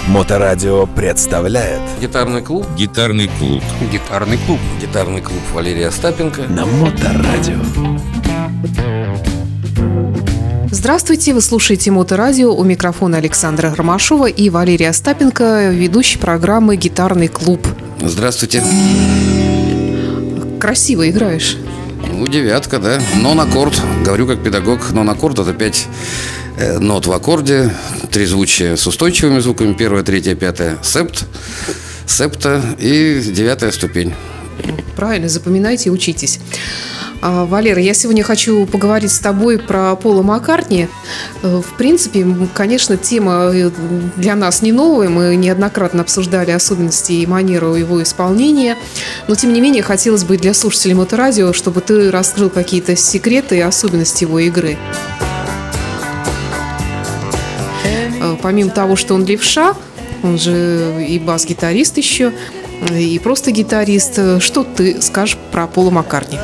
Моторадио представляет Гитарный клуб. Гитарный клуб. Гитарный клуб. Гитарный клуб Валерия Остапенко на Моторадио. Здравствуйте, вы слушаете Моторадио, у микрофона Александра Ромашова и Валерия Остапенко, ведущий программы «Гитарный клуб». Здравствуйте. Красиво играешь. Девятка, да. Нон-аккорд. Говорю как педагог. Нон-аккорд — это 5 нот в аккорде, трезвучие с устойчивыми звуками. Первая, третья, пятая — септа и 9-я ступень. Правильно, запоминайте и учитесь. Валера, я сегодня хочу поговорить с тобой про Пола Маккартни. В принципе, конечно, тема для нас не новая. Мы неоднократно обсуждали особенности и манеру его исполнения. Но, тем не менее, хотелось бы для слушателей Моторадио, чтобы ты раскрыл какие-то секреты и особенности его игры. Помимо того, что он левша, он же и бас-гитарист еще, и просто гитарист. Что ты скажешь про Пола Маккартни?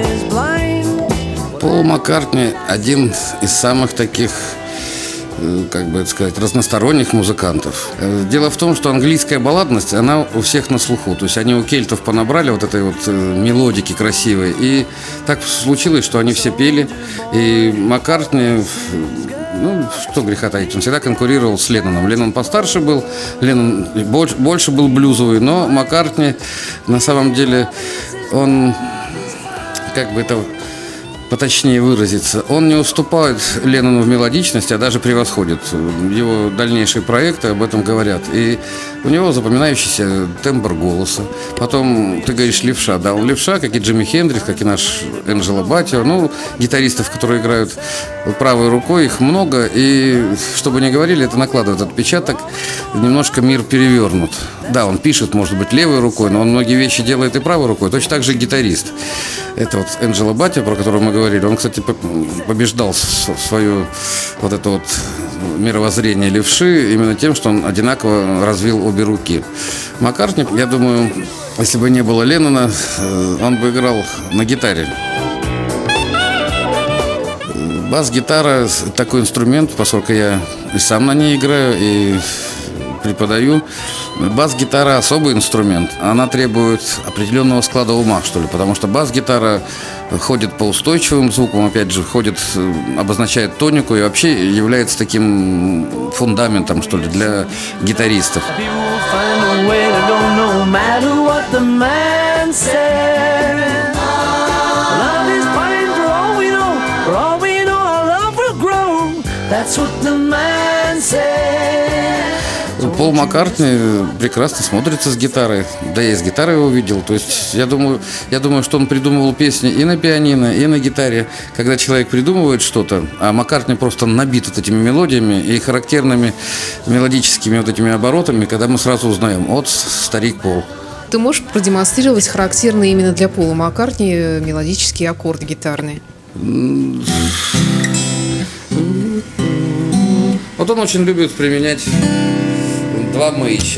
Пол Маккартни один из самых таких, как бы это сказать, разносторонних музыкантов. Дело в том, что английская балладность, она у всех на слуху. То есть они у кельтов понабрали вот этой вот мелодики красивой. И так случилось, что они все пели. И Маккартни, что греха таить, он всегда конкурировал с Ленноном. Леннон постарше был, Леннон больше был блюзовый, но Маккартни, на самом деле, он, как бы это поточнее выразиться, он не уступает Леннону в мелодичности, а даже превосходит. Его дальнейшие проекты об этом говорят. И у него запоминающийся тембр голоса. Потом, ты говоришь, левша. Да, он левша, как и Джимми Хендрикс, как и наш Энджело Батио. Гитаристов, которые играют правой рукой, их много. И, чтобы не говорили, это накладывает отпечаток. Немножко мир перевернут. Да, он пишет, может быть, левой рукой, но он многие вещи делает и правой рукой. Точно так же и гитарист. Это вот Энджело Батио, про которого мы говорили. Он, кстати, побеждал свое вот это вот мировоззрение левши именно тем, что он одинаково развил обе руки. Маккартни, я думаю, если бы не было Леннона, он бы играл на гитаре. Бас-гитара – такой инструмент, поскольку я и сам на ней играю, и преподаю. Бас-гитара – особый инструмент. Она требует определенного склада ума, что ли, потому что бас-гитара ходит по устойчивым звукам, опять же, обозначает тонику и вообще является таким фундаментом, что ли, для гитаристов. Пол Маккартни прекрасно смотрится с гитарой. Да, я и с гитарой его видел. То есть я думаю, что он придумывал песни и на пианино, и на гитаре. Когда человек придумывает что-то, а Маккартни просто набит вот этими мелодиями и характерными мелодическими вот этими оборотами, когда мы сразу узнаем: вот старик Пол. Ты можешь продемонстрировать характерные именно для Пола Маккартни мелодические аккорды гитарные? Вот он очень любит применять 2 мэйча.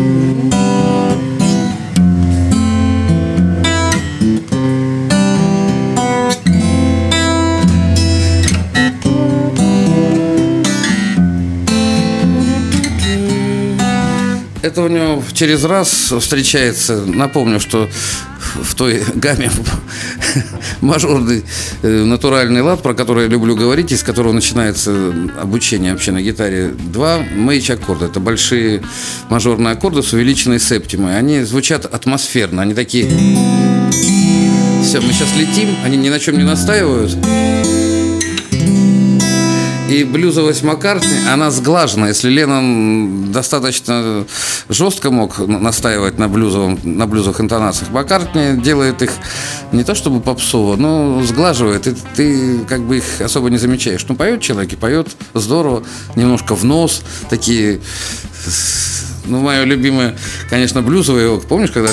Это у него через раз встречается. Напомню, что в той гамме мажорный натуральный лад, про который я люблю говорить, из которого начинается обучение вообще на гитаре, 2 мэйч-аккорда. Это большие мажорные аккорды с увеличенной септимой. Они звучат атмосферно, они такие. Все, мы сейчас летим, они ни на чем не настаивают. И блюзовость Маккартни, она сглажена. Если Леннон достаточно жестко мог настаивать на блюзовых интонациях, Маккартни делает их не то чтобы попсово, но сглаживает, и ты как бы их особо не замечаешь. Поет человек и поет здорово, немножко в нос, такие. Мое любимое, конечно, блюзовое. Помнишь, когда...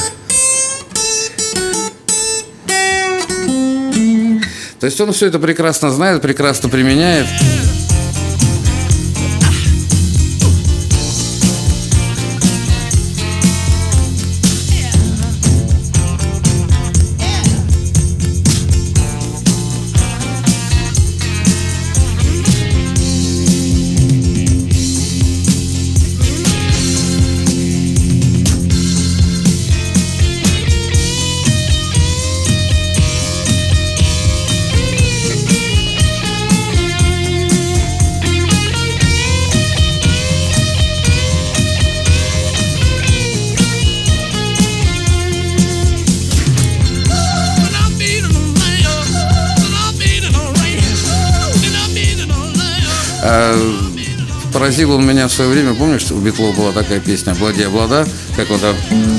То есть он все это прекрасно знает, прекрасно применяет. Поразил он меня в свое время, помнишь, у Битлов была такая песня «Облади, облада», как вот там.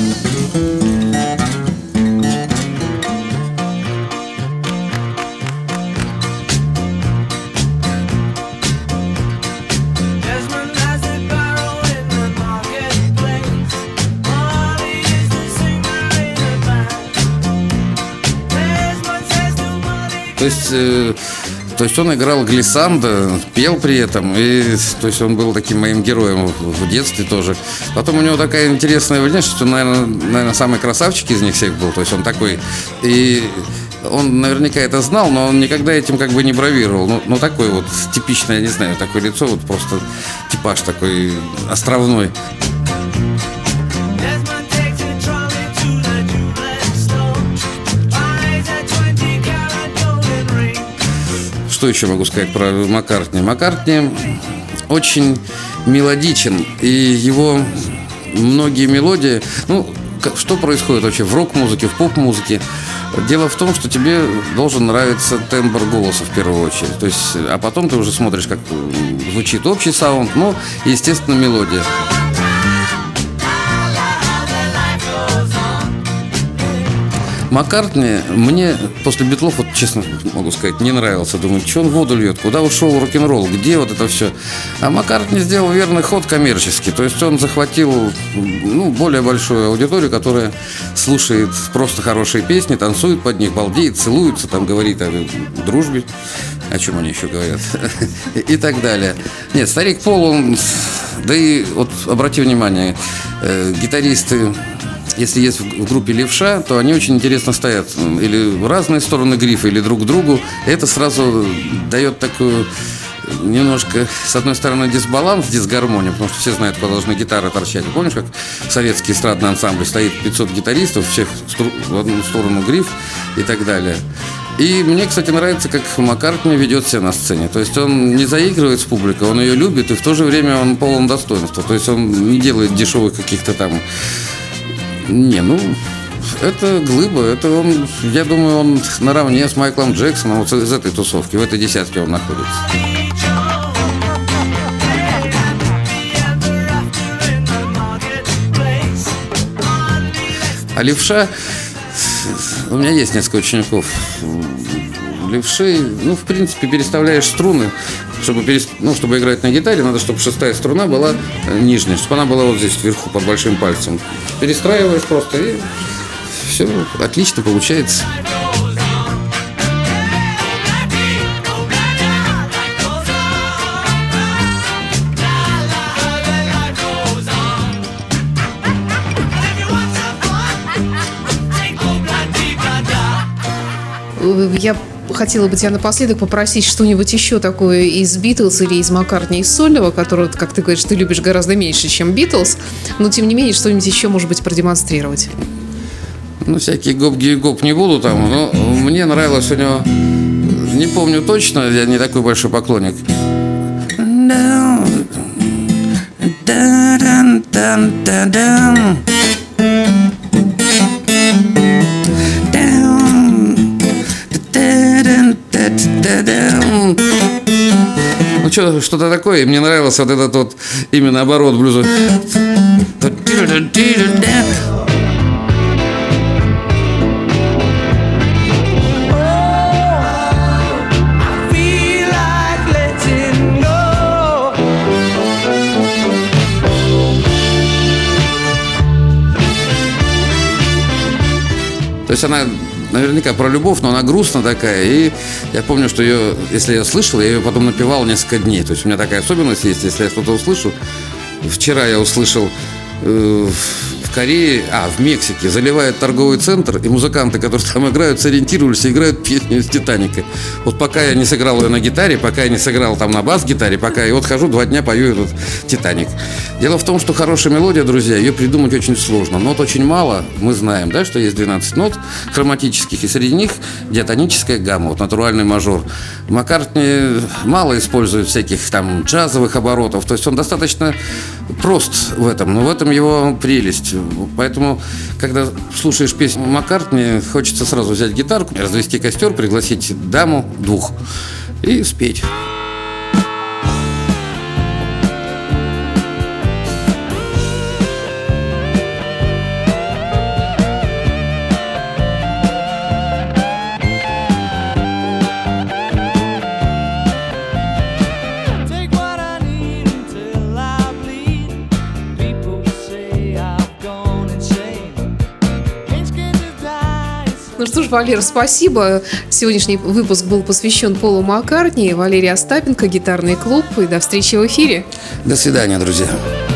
То есть он играл глиссандо, пел при этом, и то есть он был таким моим героем в детстве тоже. Потом у него такая интересная внешность, что он, наверное, самый красавчик из них всех был. То есть он такой, и он наверняка это знал, но он никогда этим как бы не бравировал. Ну такой вот типичное, я не знаю, такое лицо, вот просто типаж такой островной. Что еще могу сказать про Маккартни? Маккартни очень мелодичен, и его многие мелодии... Что происходит вообще в рок-музыке, в поп-музыке? Дело в том, что тебе должен нравиться тембр голоса в первую очередь. То есть, а потом ты уже смотришь, как звучит общий саунд, и, естественно, мелодия. Маккартни мне после Битлов, вот честно могу сказать, не нравился. Думаю, что он воду льет, куда ушел рок-н-ролл, где вот это все. А Маккартни сделал верный ход коммерческий. То есть он захватил более большую аудиторию, которая слушает просто хорошие песни, танцует под них, балдеет, целуется, там говорит о дружбе. О чем они еще говорят? И так далее. Нет, старик Пол, он... Да и вот обрати внимание, гитаристы... Если есть в группе левша, то они очень интересно стоят или в разные стороны грифа, или друг к другу. Это сразу дает такую немножко, с одной стороны, дисбаланс, дисгармонию, потому что все знают, куда должны гитары торчать. Помнишь, как советский эстрадный ансамбль стоит 500 гитаристов, всех в одну сторону гриф и так далее. И мне, кстати, нравится, как Маккартни ведет себя на сцене. То есть он не заигрывает с публикой, он ее любит, и в то же время он полон достоинства. То есть он не делает дешевых каких-то там... это глыба, это он, я думаю, он наравне с Майклом Джексоном, вот из этой тусовки, в этой десятке он находится. А левша, у меня есть несколько учеников левши, в принципе, переставляешь струны, чтобы играть на гитаре, надо, чтобы шестая струна была нижняя, чтобы она была вот здесь вверху под большим пальцем. Перестраиваешь просто, и все отлично получается. Я хотела бы тебя напоследок попросить что-нибудь еще такое из Битлз или из Маккартни, из сольного, которого, как ты говоришь, ты любишь гораздо меньше, чем Битлз, но тем не менее что-нибудь еще, может быть, продемонстрировать. Всякие гоп-ги-гоп не буду там, но мне нравилось у него, не помню точно, я не такой большой поклонник. Что-то такое, и мне нравился вот этот вот именно оборот блюза. То есть она наверняка про любовь, но она грустная такая. И я помню, что ее, если я слышал, я ее потом напевал несколько дней. То есть у меня такая особенность есть, если я что-то услышу. Вчера я услышал в Корее, в Мексике заливают торговый центр, и музыканты, которые там играют, сориентировались и играют песню из «Титаника». Вот пока я не сыграл ее на гитаре, пока я не сыграл там на бас-гитаре, пока я хожу 2 дня пою этот «Титаник». Дело в том, что хорошая мелодия, друзья, ее придумать очень сложно. Нот очень мало, мы знаем, да, что есть 12 нот хроматических, и среди них диатоническая гамма, вот натуральный мажор. Маккартни мало использует всяких там джазовых оборотов, то есть он достаточно прост в этом, но в этом его прелесть. Поэтому, когда слушаешь песню Маккартни, хочется сразу взять гитарку, развести костер, пригласить даму 2 и спеть. Валер, спасибо. Сегодняшний выпуск был посвящен Полу Маккартни. Валерий Остапенко, «Гитарный клуб». И до встречи в эфире. До свидания, друзья.